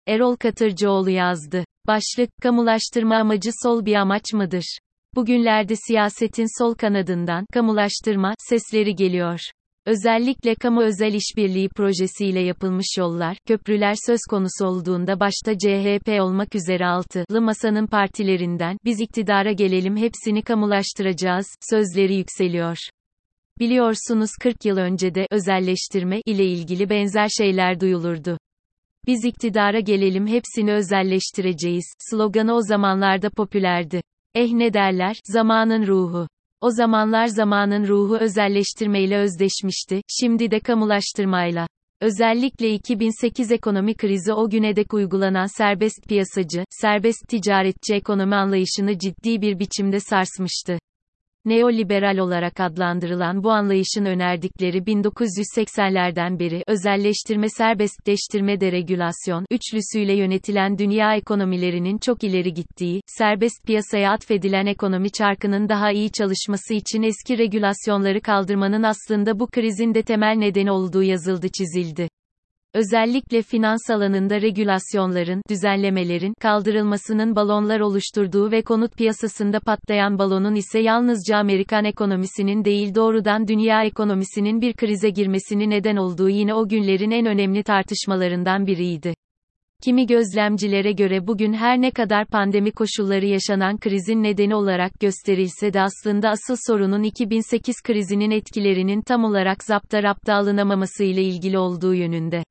Erol Katırcıoğlu yazdı. Başlık, kamulaştırma amacı sol bir amaç mıdır? Bugünlerde siyasetin sol kanadından, kamulaştırma, sesleri geliyor. Özellikle kamu-özel işbirliği projesiyle yapılmış yollar, köprüler söz konusu olduğunda başta CHP olmak üzere altılı masanın partilerinden, biz iktidara gelelim hepsini kamulaştıracağız, sözleri yükseliyor. Biliyorsunuz 40 yıl önce de, özelleştirme ile ilgili benzer şeyler duyulurdu. Biz iktidara gelelim hepsini özelleştireceğiz, sloganı o zamanlarda popülerdi. Ne derler, zamanın ruhu. O zamanlar zamanın ruhu özelleştirmeyle özdeşmişti, şimdi de kamulaştırmayla. Özellikle 2008 ekonomi krizi o güne dek uygulanan serbest piyasacı, serbest ticaretçi ekonomi anlayışını ciddi bir biçimde sarsmıştı. Neoliberal olarak adlandırılan bu anlayışın önerdikleri 1980'lerden beri özelleştirme, serbestleştirme, deregülasyon üçlüsüyle yönetilen dünya ekonomilerinin çok ileri gittiği, serbest piyasaya atfedilen ekonomi çarkının daha iyi çalışması için eski regülasyonları kaldırmanın aslında bu krizin de temel nedeni olduğu yazıldı çizildi. Özellikle finans alanında regülasyonların, düzenlemelerin kaldırılmasının balonlar oluşturduğu ve konut piyasasında patlayan balonun ise yalnızca Amerikan ekonomisinin değil doğrudan dünya ekonomisinin bir krize girmesini neden olduğu yine o günlerin en önemli tartışmalarından biriydi. Kimi gözlemcilere göre bugün her ne kadar pandemi koşulları yaşanan krizin nedeni olarak gösterilse de aslında asıl sorunun 2008 krizinin etkilerinin tam olarak zaptı alınamaması ile ilgili olduğu yönünde.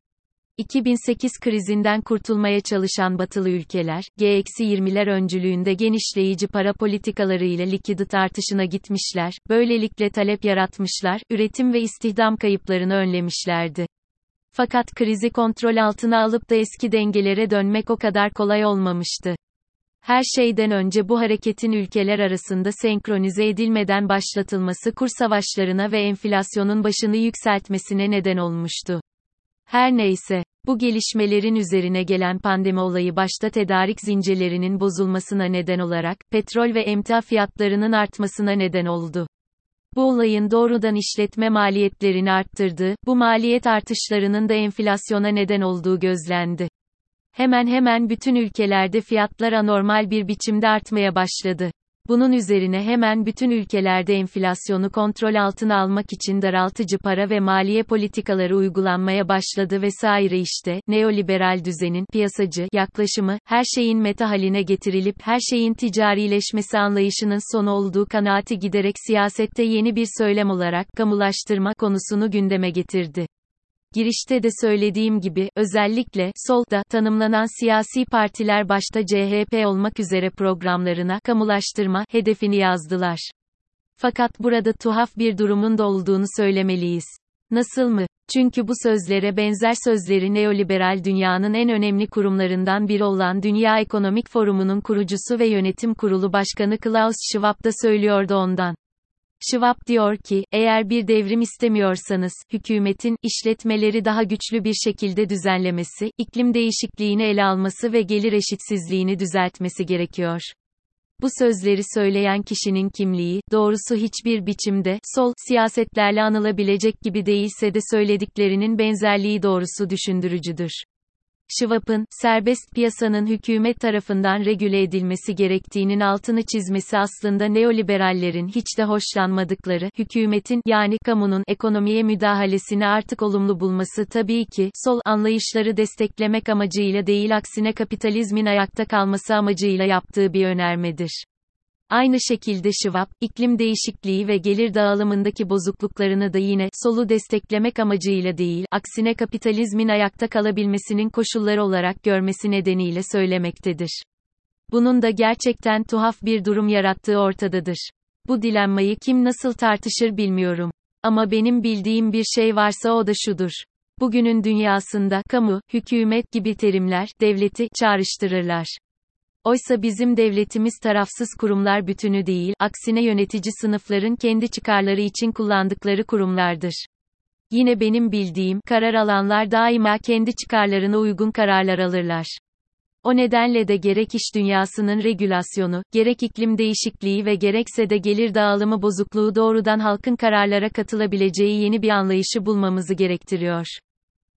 2008 krizinden kurtulmaya çalışan batılı ülkeler, G-20'ler öncülüğünde genişleyici para politikaları ile likidite artışına gitmişler, böylelikle talep yaratmışlar, üretim ve istihdam kayıplarını önlemişlerdi. Fakat krizi kontrol altına alıp da eski dengelere dönmek o kadar kolay olmamıştı. Her şeyden önce bu hareketin ülkeler arasında senkronize edilmeden başlatılması kur savaşlarına ve enflasyonun başını yükseltmesine neden olmuştu. Her neyse, bu gelişmelerin üzerine gelen pandemi olayı başta tedarik zincirlerinin bozulmasına neden olarak, petrol ve emtia fiyatlarının artmasına neden oldu. Bu olayın doğrudan işletme maliyetlerini arttırdığı, bu maliyet artışlarının da enflasyona neden olduğu gözlendi. Hemen hemen bütün ülkelerde fiyatlar anormal bir biçimde artmaya başladı. Bunun üzerine hemen bütün ülkelerde enflasyonu kontrol altına almak için daraltıcı para ve maliye politikaları uygulanmaya başladı vesaire işte, neoliberal düzenin, piyasacı, yaklaşımı, her şeyin meta haline getirilip her şeyin ticarileşmesi anlayışının sonu olduğu kanaati giderek siyasette yeni bir söylem olarak, kamulaştırma konusunu gündeme getirdi. Girişte de söylediğim gibi, özellikle, solda, tanımlanan siyasi partiler başta CHP olmak üzere programlarına, kamulaştırma, hedefini yazdılar. Fakat burada tuhaf bir durumun da olduğunu söylemeliyiz. Nasıl mı? Çünkü bu sözlere benzer sözleri neoliberal dünyanın en önemli kurumlarından biri olan Dünya Ekonomik Forumu'nun kurucusu ve yönetim kurulu başkanı Klaus Schwab da söylüyordu ondan. Schwab diyor ki, eğer bir devrim istemiyorsanız, hükümetin, işletmeleri daha güçlü bir şekilde düzenlemesi, iklim değişikliğini ele alması ve gelir eşitsizliğini düzeltmesi gerekiyor. Bu sözleri söyleyen kişinin kimliği, doğrusu hiçbir biçimde, sol, siyasetlerle anılabilecek gibi değilse de söylediklerinin benzerliği doğrusu düşündürücüdür. Schwab'ın, serbest piyasanın hükümet tarafından regüle edilmesi gerektiğinin altını çizmesi aslında neoliberallerin hiç de hoşlanmadıkları, hükümetin, yani kamunun, ekonomiye müdahalesini artık olumlu bulması tabii ki, sol, anlayışları desteklemek amacıyla değil aksine kapitalizmin ayakta kalması amacıyla yaptığı bir önermedir. Aynı şekilde Schwab, iklim değişikliği ve gelir dağılımındaki bozukluklarını da yine, solu desteklemek amacıyla değil, aksine kapitalizmin ayakta kalabilmesinin koşulları olarak görmesi nedeniyle söylemektedir. Bunun da gerçekten tuhaf bir durum yarattığı ortadadır. Bu dilemmayı kim nasıl tartışır bilmiyorum. Ama benim bildiğim bir şey varsa o da şudur. Bugünün dünyasında, kamu, hükümet gibi terimler, devleti, çağrıştırırlar. Oysa bizim devletimiz tarafsız kurumlar bütünü değil, aksine yönetici sınıfların kendi çıkarları için kullandıkları kurumlardır. Yine benim bildiğim, karar alanlar daima kendi çıkarlarına uygun kararlar alırlar. O nedenle de gerek iş dünyasının regülasyonu, gerek iklim değişikliği ve gerekse de gelir dağılımı bozukluğu doğrudan halkın kararlara katılabileceği yeni bir anlayışı bulmamızı gerektiriyor.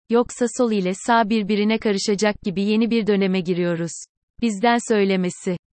Yoksa sol ile sağ birbirine karışacak gibi yeni bir döneme giriyoruz. Bizden söylemesi.